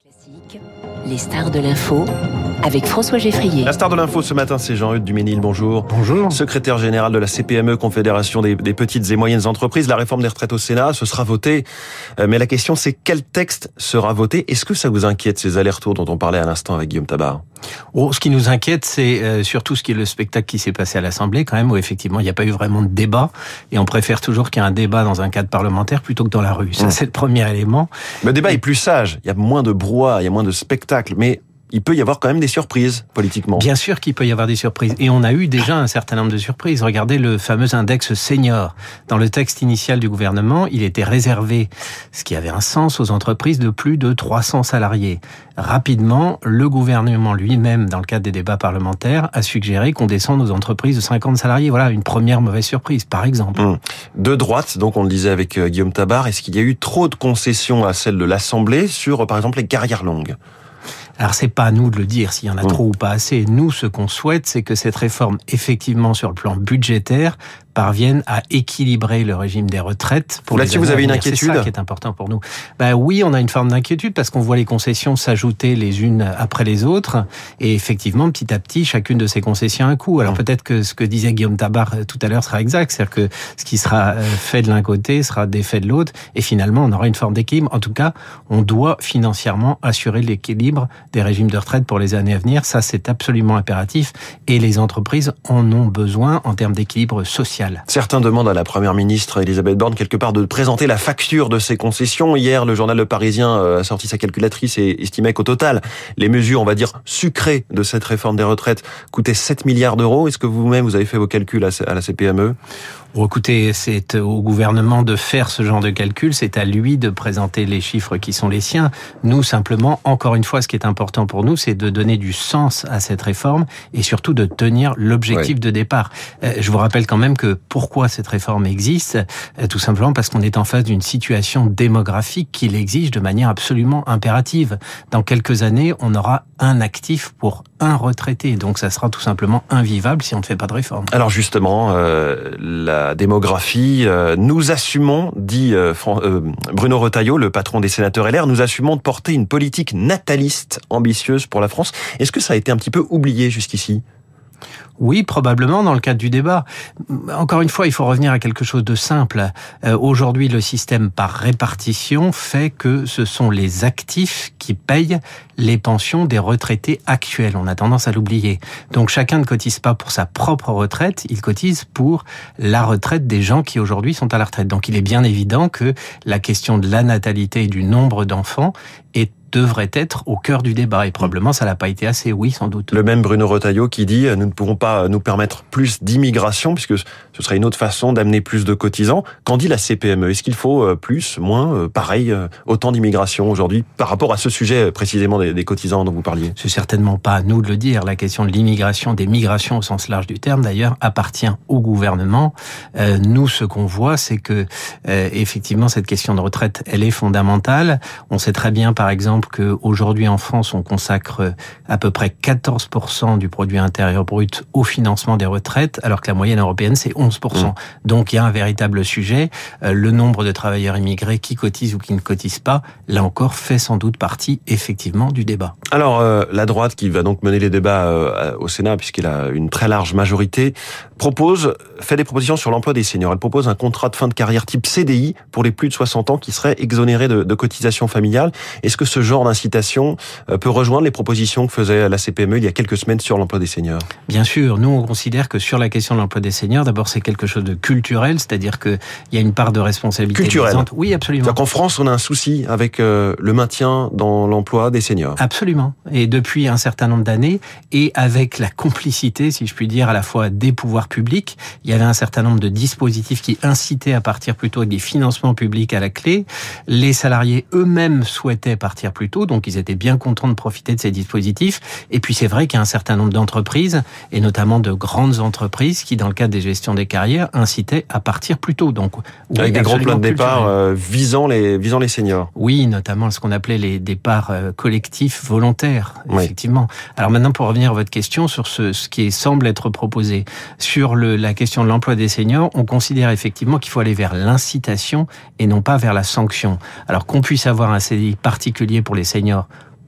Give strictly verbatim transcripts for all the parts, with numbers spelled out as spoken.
Les stars de l'info avec François Geffrier. La star de l'info ce matin, c'est Jean-Eudes Duménil. Bonjour. Bonjour. Secrétaire général de la C P M E, Confédération des, des petites et moyennes entreprises. La réforme des retraites au Sénat, ce sera voté. Mais la question, c'est quel texte sera voté? Est-ce que ça vous inquiète, ces allers-retours dont on parlait à l'instant avec Guillaume Tabar? Oh, ce qui nous inquiète, c'est euh, surtout ce qui est le spectacle qui s'est passé à l'Assemblée, quand même, où effectivement, il n'y a pas eu vraiment de débat. Et on préfère toujours qu'il y ait un débat dans un cadre parlementaire plutôt que dans la rue. Ça, mmh. c'est le premier élément. Le débat et... est plus sage. Il y a moins de brouhaha, il y a moins de spectacle. Mais il peut y avoir quand même des surprises, politiquement. Bien sûr qu'il peut y avoir des surprises. Et on a eu déjà un certain nombre de surprises. Regardez le fameux index senior. Dans le texte initial du gouvernement, il était réservé, ce qui avait un sens, aux entreprises de plus de trois cents salariés. Rapidement, le gouvernement lui-même, dans le cadre des débats parlementaires, a suggéré qu'on descende aux entreprises de cinquante salariés. Voilà, une première mauvaise surprise, par exemple. Mmh. De droite, donc on le disait avec Guillaume Tabar, est-ce qu'il y a eu trop de concessions à celle de l'Assemblée sur, par exemple, les carrières longues ? Alors, c'est pas à nous de le dire s'il y en a mmh. trop ou pas assez. Nous, ce qu'on souhaite, c'est que cette réforme, effectivement, sur le plan budgétaire, parviennent à équilibrer le régime des retraites. Pour Là-dessus, vous avez une inquiétude ? C'est ça qui est important pour nous. Ben oui, on a une forme d'inquiétude parce qu'on voit les concessions s'ajouter les unes après les autres. Et effectivement, petit à petit, chacune de ces concessions a un coût. Alors peut-être que ce que disait Guillaume Tabar tout à l'heure sera exact. C'est-à-dire que ce qui sera fait de l'un côté sera défait de l'autre. Et finalement, on aura une forme d'équilibre. En tout cas, on doit financièrement assurer l'équilibre des régimes de retraite pour les années à venir. Ça, c'est absolument impératif. Et les entreprises en ont besoin en termes d'équilibre social. Certains demandent à la Première ministre Elisabeth Borne quelque part de présenter la facture de ces concessions. Hier, le journal Le Parisien a sorti sa calculatrice et estimait qu'au total, les mesures, on va dire, sucrées de cette réforme des retraites coûtaient sept milliards d'euros. Est-ce que vous-même, vous avez fait vos calculs à la C P M E ? Bon, écoutez, c'est au gouvernement de faire ce genre de calcul, c'est à lui de présenter les chiffres qui sont les siens. Nous, simplement, encore une fois, ce qui est important pour nous, c'est de donner du sens à cette réforme et surtout de tenir l'objectif oui. de départ. Euh, je vous rappelle quand même que pourquoi cette réforme existe, euh, tout simplement parce qu'on est en face d'une situation démographique qui l'exige de manière absolument impérative. Dans quelques années, on aura un actif pour un retraité, donc ça sera tout simplement invivable si on ne fait pas de réforme. Alors justement, euh, la démographie, euh, nous assumons, dit euh, Fran- euh, Bruno Retailleau, le patron des sénateurs L R, nous assumons de porter une politique nataliste ambitieuse pour la France. Est-ce que ça a été un petit peu oublié jusqu'ici ? Oui, probablement dans le cadre du débat. Encore une fois, il faut revenir à quelque chose de simple. Euh, aujourd'hui, le système par répartition fait que ce sont les actifs qui payent les pensions des retraités actuels. On a tendance à l'oublier. Donc chacun ne cotise pas pour sa propre retraite, il cotise pour la retraite des gens qui aujourd'hui sont à la retraite. Donc il est bien évident que la question de la natalité et du nombre d'enfants est devrait être au cœur du débat. Et probablement, ça n'a pas été assez, oui, sans doute. Le même Bruno Retailleau qui dit « Nous ne pourrons pas nous permettre plus d'immigration, puisque ce serait une autre façon d'amener plus de cotisants. » Qu'en dit la C P M E ? Est-ce qu'il faut plus, moins, pareil, autant d'immigration aujourd'hui, par rapport à ce sujet précisément des, des cotisants dont vous parliez ? C'est certainement pas à nous de le dire. La question de l'immigration, des migrations au sens large du terme, d'ailleurs, appartient au gouvernement. Euh, nous, ce qu'on voit, c'est que, euh, effectivement, cette question de retraite, elle est fondamentale. On sait très bien, par exemple, qu'aujourd'hui en France, on consacre à peu près quatorze pour cent du produit intérieur brut au financement des retraites, alors que la moyenne européenne, c'est onze pour cent. Mmh. Donc il y a un véritable sujet. Euh, le nombre de travailleurs immigrés qui cotisent ou qui ne cotisent pas, là encore, fait sans doute partie, effectivement, du débat. Alors, euh, la droite, qui va donc mener les débats euh, au Sénat, puisqu'elle a une très large majorité, propose, fait des propositions sur l'emploi des seniors. Elle propose un contrat de fin de carrière type C D I pour les plus de soixante ans qui seraient exonérés de, de cotisations familiales. Est-ce que ce genre d'incitation peut rejoindre les propositions que faisait la C P M E il y a quelques semaines sur l'emploi des seniors ? Bien sûr, nous on considère que sur la question de l'emploi des seniors, d'abord c'est quelque chose de culturel, c'est-à-dire qu'il y a une part de responsabilité. Culturel. Oui, absolument. C'est-à-dire qu'en France, on a un souci avec euh, le maintien dans l'emploi des seniors. Absolument. Et depuis un certain nombre d'années, et avec la complicité, si je puis dire, à la fois des pouvoirs publics, il y avait un certain nombre de dispositifs qui incitaient à partir plutôt avec des financements publics à la clé. Les salariés eux-mêmes souhaitaient partir plus tôt, donc ils étaient bien contents de profiter de ces dispositifs. Et puis c'est vrai qu'il y a un certain nombre d'entreprises, et notamment de grandes entreprises, qui dans le cadre des gestions des carrières, incitaient à partir plus tôt. Donc, oui, avec des gros plans de départ euh, visant les visant les seniors. Oui, notamment ce qu'on appelait les départs euh, collectifs volontaires, oui. effectivement. Alors maintenant, pour revenir à votre question sur ce, ce qui semble être proposé, sur le, la question de l'emploi des seniors, on considère effectivement qu'il faut aller vers l'incitation et non pas vers la sanction. Alors qu'on puisse avoir un C D I particulier pour les seniors,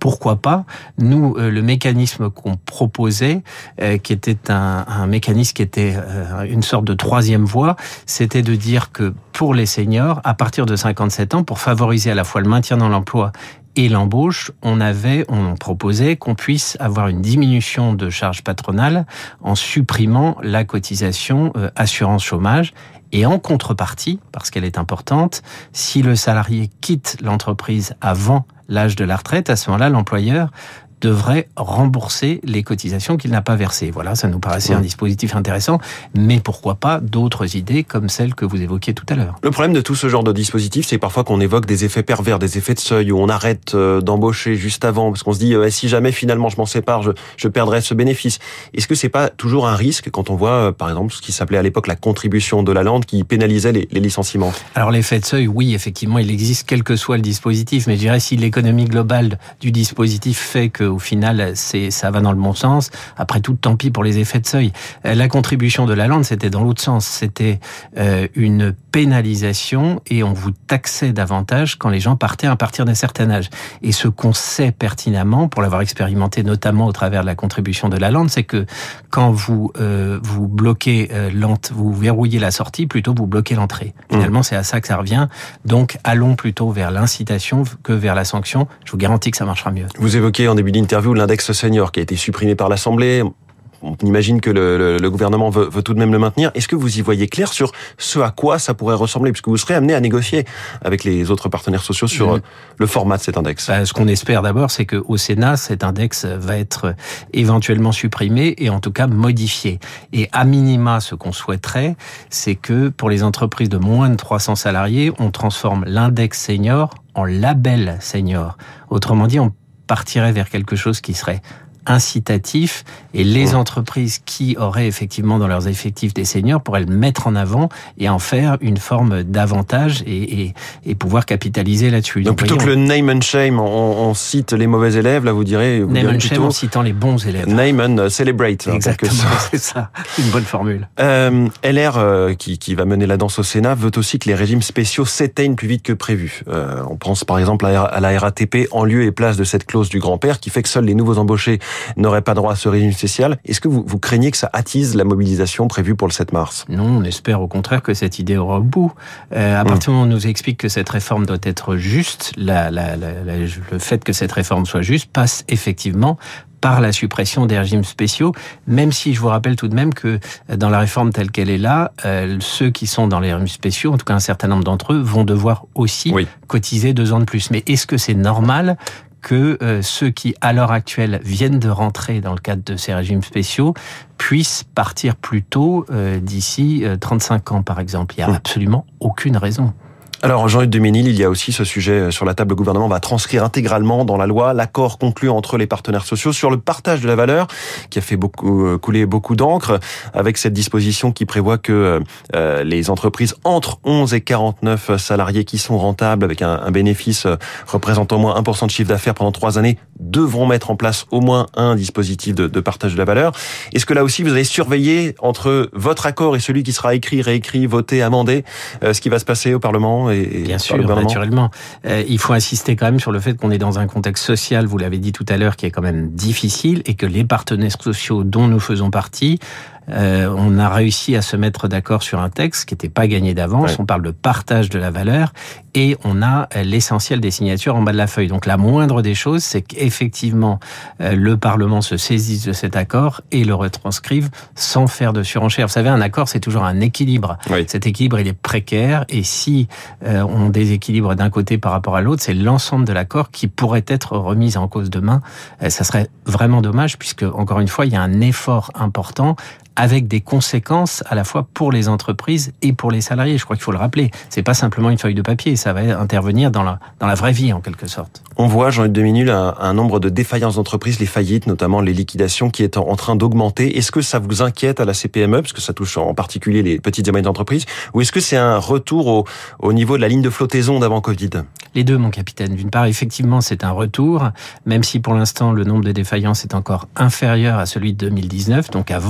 pourquoi pas? Nous, euh, le mécanisme qu'on proposait, euh, qui était un, un mécanisme qui était euh, une sorte de troisième voie, c'était de dire que pour les seniors, à partir de cinquante-sept ans, pour favoriser à la fois le maintien dans l'emploi et l'embauche, on avait, on proposait qu'on puisse avoir une diminution de charges patronales en supprimant la cotisation euh, assurance chômage. Et en contrepartie, parce qu'elle est importante, si le salarié quitte l'entreprise avant l'âge de la retraite, à ce moment-là, l'employeur devrait rembourser les cotisations qu'il n'a pas versées. Voilà, ça nous paraissait mmh. un dispositif intéressant, mais pourquoi pas d'autres idées comme celles que vous évoquiez tout à l'heure. Le problème de tout ce genre de dispositif, c'est parfois qu'on évoque des effets pervers, des effets de seuil, où on arrête d'embaucher juste avant, parce qu'on se dit, euh, si jamais finalement je m'en sépare, je, je perdrai ce bénéfice. Est-ce que c'est pas toujours un risque quand on voit, euh, par exemple, ce qui s'appelait à l'époque la contribution de Lalande, qui pénalisait les, les licenciements? Alors l'effet de seuil, oui, effectivement, il existe quel que soit le dispositif, mais je dirais si l'économie globale du dispositif fait que au final, c'est, ça va dans le bon sens. Après tout, tant pis pour les effets de seuil. La contribution de Lalande, c'était dans l'autre sens. C'était euh, une pénalisation et on vous taxait davantage quand les gens partaient à partir d'un certain âge. Et ce qu'on sait pertinemment, pour l'avoir expérimenté notamment au travers de la contribution de Lalande, c'est que quand vous euh, vous bloquez euh, l'entrée, vous verrouillez la sortie, plutôt vous bloquez l'entrée. Finalement, mmh. c'est à ça que ça revient. Donc, allons plutôt vers l'incitation que vers la sanction. Je vous garantis que ça marchera mieux. Vous évoquez en début d'interview l'index senior qui a été supprimé par l'Assemblée. On imagine que le, le, le gouvernement veut, veut tout de même le maintenir. Est-ce que vous y voyez clair sur ce à quoi ça pourrait ressembler, puisque vous serez amené à négocier avec les autres partenaires sociaux sur mmh. le format de cet index? Bah, ce qu'on espère d'abord, c'est qu'au Sénat, cet index va être éventuellement supprimé et en tout cas modifié. Et à minima, ce qu'on souhaiterait, c'est que pour les entreprises de moins de trois cents salariés, on transforme l'index senior en label senior. Autrement dit, on partirait vers quelque chose qui serait incitatif et les entreprises qui auraient effectivement dans leurs effectifs des seniors pourraient le mettre en avant et en faire une forme d'avantage et, et, et pouvoir capitaliser là-dessus. Donc, Donc plutôt voyons, que le name and shame, on, on cite les mauvais élèves, là vous direz... Vous name direz and shame en citant les bons élèves. Name and celebrate. Exactement, hein, c'est ça. Une bonne formule. Euh, L R, euh, qui, qui va mener la danse au Sénat, veut aussi que les régimes spéciaux s'éteignent plus vite que prévu. Euh, on pense par exemple à la R A T P en lieu et place de cette clause du grand-père qui fait que seuls les nouveaux embauchés n'auraient pas droit à ce régime spécial. Est-ce que vous, vous craignez que ça attise la mobilisation prévue pour le sept mars? Non, on espère au contraire que cette idée aura au bout. Euh, à partir du moment où on nous explique que cette réforme doit être juste, la, la, la, la, le fait que cette réforme soit juste passe effectivement par la suppression des régimes spéciaux, même si je vous rappelle tout de même que dans la réforme telle qu'elle est là, euh, ceux qui sont dans les régimes spéciaux, en tout cas un certain nombre d'entre eux, vont devoir aussi oui. cotiser deux ans de plus. Mais est-ce que c'est normal que euh, ceux qui, à l'heure actuelle, viennent de rentrer dans le cadre de ces régimes spéciaux puissent partir plus tôt, euh, d'ici euh, trente-cinq ans, par exemple? Il n'y a absolument aucune raison. Alors, Jean-Hugues de Ménil, il y a aussi ce sujet sur la table. Le gouvernement va transcrire intégralement dans la loi l'accord conclu entre les partenaires sociaux sur le partage de la valeur, qui a fait beaucoup couler beaucoup d'encre, avec cette disposition qui prévoit que euh, les entreprises entre onze et quarante-neuf salariés qui sont rentables, avec un, un bénéfice représentant au moins un pour cent de chiffre d'affaires pendant trois années, devront mettre en place au moins un dispositif de, de partage de la valeur. Est-ce que là aussi, vous allez surveiller entre votre accord et celui qui sera écrit, réécrit, voté, amendé, euh, ce qui va se passer au Parlement? Et Bien sûr, naturellement. Euh, il faut insister quand même sur le fait qu'on est dans un contexte social, vous l'avez dit tout à l'heure, qui est quand même difficile et que les partenaires sociaux dont nous faisons partie, euh, on a réussi à se mettre d'accord sur un texte qui n'était pas gagné d'avance. Ouais. On parle de partage de la valeur et on a l'essentiel des signatures en bas de la feuille. Donc la moindre des choses, c'est qu'effectivement euh, le Parlement se saisisse de cet accord et le retranscrive sans faire de surenchère. Vous savez, un accord, c'est toujours un équilibre. Oui. Cet équilibre, il est précaire et si euh, on déséquilibre d'un côté par rapport à l'autre, c'est l'ensemble de l'accord qui pourrait être remis en cause demain. Euh, ça serait vraiment dommage puisque, encore une fois, il y a un effort important avec des conséquences à la fois pour les entreprises et pour les salariés. Je crois qu'il faut le rappeler. C'est pas simplement une feuille de papier, ça va intervenir dans la, dans la vraie vie, en quelque sorte. On voit, Jean-Hugues de Ménil, un, un nombre de défaillances d'entreprises, les faillites, notamment les liquidations, qui est en, en train d'augmenter. Est-ce que ça vous inquiète à la C P M E, parce que ça touche en particulier les petites et moyennes entreprises, ou est-ce que c'est un retour au, au niveau de la ligne de flottaison d'avant Covid? Les deux, mon capitaine. D'une part, effectivement, c'est un retour, même si pour l'instant, le nombre de défaillances est encore inférieur à celui de deux mille dix-neuf, donc avant la période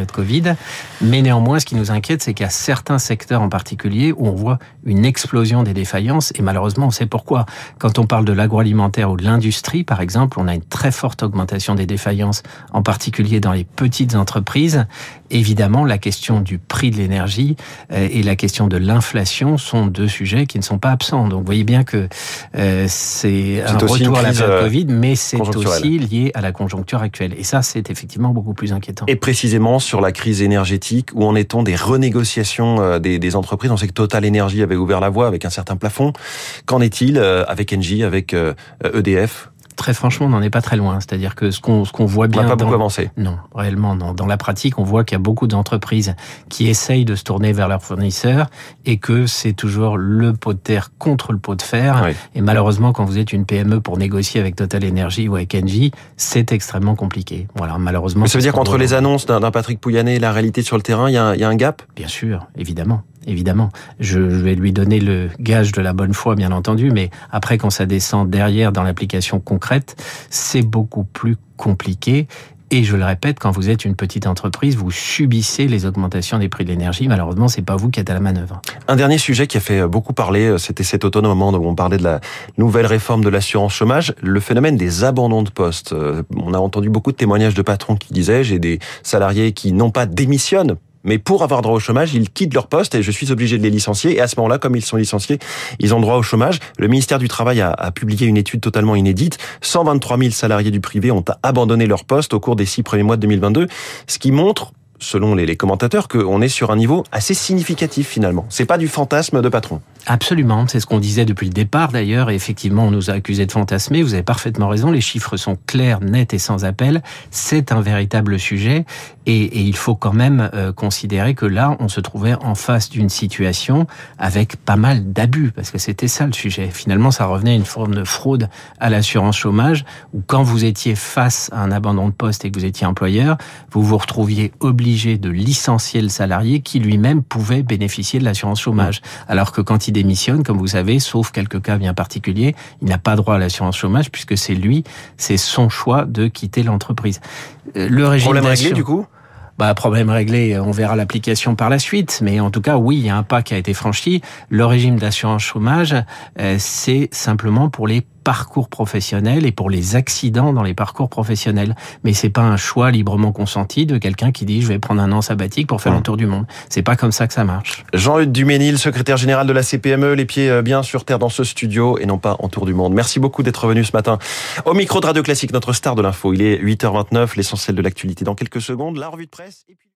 période Covid. Mais néanmoins, ce qui nous inquiète, c'est qu'il y a certains secteurs en particulier où on voit une explosion des défaillances. Et malheureusement, on sait pourquoi. Quand on parle de l'agroalimentaire ou de l'industrie, par exemple, on a une très forte augmentation des défaillances, en particulier dans les petites entreprises. Évidemment, la question du prix de l'énergie et la question de l'inflation sont deux sujets qui ne sont pas absents. Donc, vous voyez bien que euh, c'est, c'est un retour à la période Covid, mais c'est aussi lié à la conjoncture actuelle. Et ça, c'est effectivement beaucoup plus inquiétant. Et précisément sur la crise énergétique, où en est-on des renégociations des, des entreprises? On sait que Total Energy avait ouvert la voie avec un certain plafond. Qu'en est-il avec Engie, avec E D F? Très franchement, on n'en est pas très loin. C'est-à-dire que ce qu'on, ce qu'on voit bien... On n'a pas dans... beaucoup avancé. Non, réellement, non. Dans la pratique, on voit qu'il y a beaucoup d'entreprises qui essayent de se tourner vers leurs fournisseurs et que c'est toujours le pot de terre contre le pot de fer. Oui. Et malheureusement, quand vous êtes une P M E pour négocier avec Total Energy ou avec Engie, c'est extrêmement compliqué. Voilà, malheureusement... Mais ça veut dire qu'entre les annonces d'un, d'un Patrick Pouyanné et la réalité sur le terrain, il y a, il y a un gap? Bien sûr, évidemment. Évidemment, je vais lui donner le gage de la bonne foi, bien entendu, mais après, quand ça descend derrière dans l'application concrète, c'est beaucoup plus compliqué. Et je le répète, quand vous êtes une petite entreprise, vous subissez les augmentations des prix de l'énergie. Malheureusement, c'est pas vous qui êtes à la manœuvre. Un dernier sujet qui a fait beaucoup parler, c'était cet automne, au moment où on parlait de la nouvelle réforme de l'assurance chômage, le phénomène des abandons de poste. On a entendu beaucoup de témoignages de patrons qui disaient, j'ai des salariés qui non pas démissionnent, mais pour avoir droit au chômage, ils quittent leur poste et je suis obligé de les licencier. Et à ce moment-là, comme ils sont licenciés, ils ont droit au chômage. Le ministère du Travail a, a publié une étude totalement inédite. cent vingt-trois mille salariés du privé ont abandonné leur poste au cours des six premiers mois de deux mille vingt-deux, ce qui montre, selon les, les commentateurs, qu'on est sur un niveau assez significatif finalement. C'est pas du fantasme de patron. Absolument, c'est ce qu'on disait depuis le départ d'ailleurs, et effectivement on nous a accusés de fantasmer, vous avez parfaitement raison, les chiffres sont clairs, nets et sans appel, c'est un véritable sujet, et, et il faut quand même euh, considérer que là on se trouvait en face d'une situation avec pas mal d'abus, parce que c'était ça le sujet. Finalement ça revenait à une forme de fraude à l'assurance chômage, où quand vous étiez face à un abandon de poste et que vous étiez employeur, vous vous retrouviez obligé de licencier le salarié qui lui-même pouvait bénéficier de l'assurance chômage, alors que quand il démissionne, comme vous savez, sauf quelques cas bien particuliers, il n'a pas droit à l'assurance chômage puisque c'est lui, c'est son choix de quitter l'entreprise. Le régime Problème réglé du coup ? Bah, problème réglé, on verra l'application par la suite, mais en tout cas, oui, il y a un pas qui a été franchi. Le régime d'assurance chômage, euh, c'est simplement pour les parcours professionnels et pour les accidents dans les parcours professionnels. Mais c'est pas un choix librement consenti de quelqu'un qui dit je vais prendre un an sabbatique pour faire mmh. un tour du monde. C'est pas comme ça que ça marche. Jean-Hugues Duménil, secrétaire général de la C P M E, les pieds bien sur terre dans ce studio et non pas en tour du monde. Merci beaucoup d'être venu ce matin au micro de Radio Classique, notre star de l'info. Il est huit heures vingt-neuf, l'essentiel de l'actualité dans quelques secondes, la revue de presse et puis...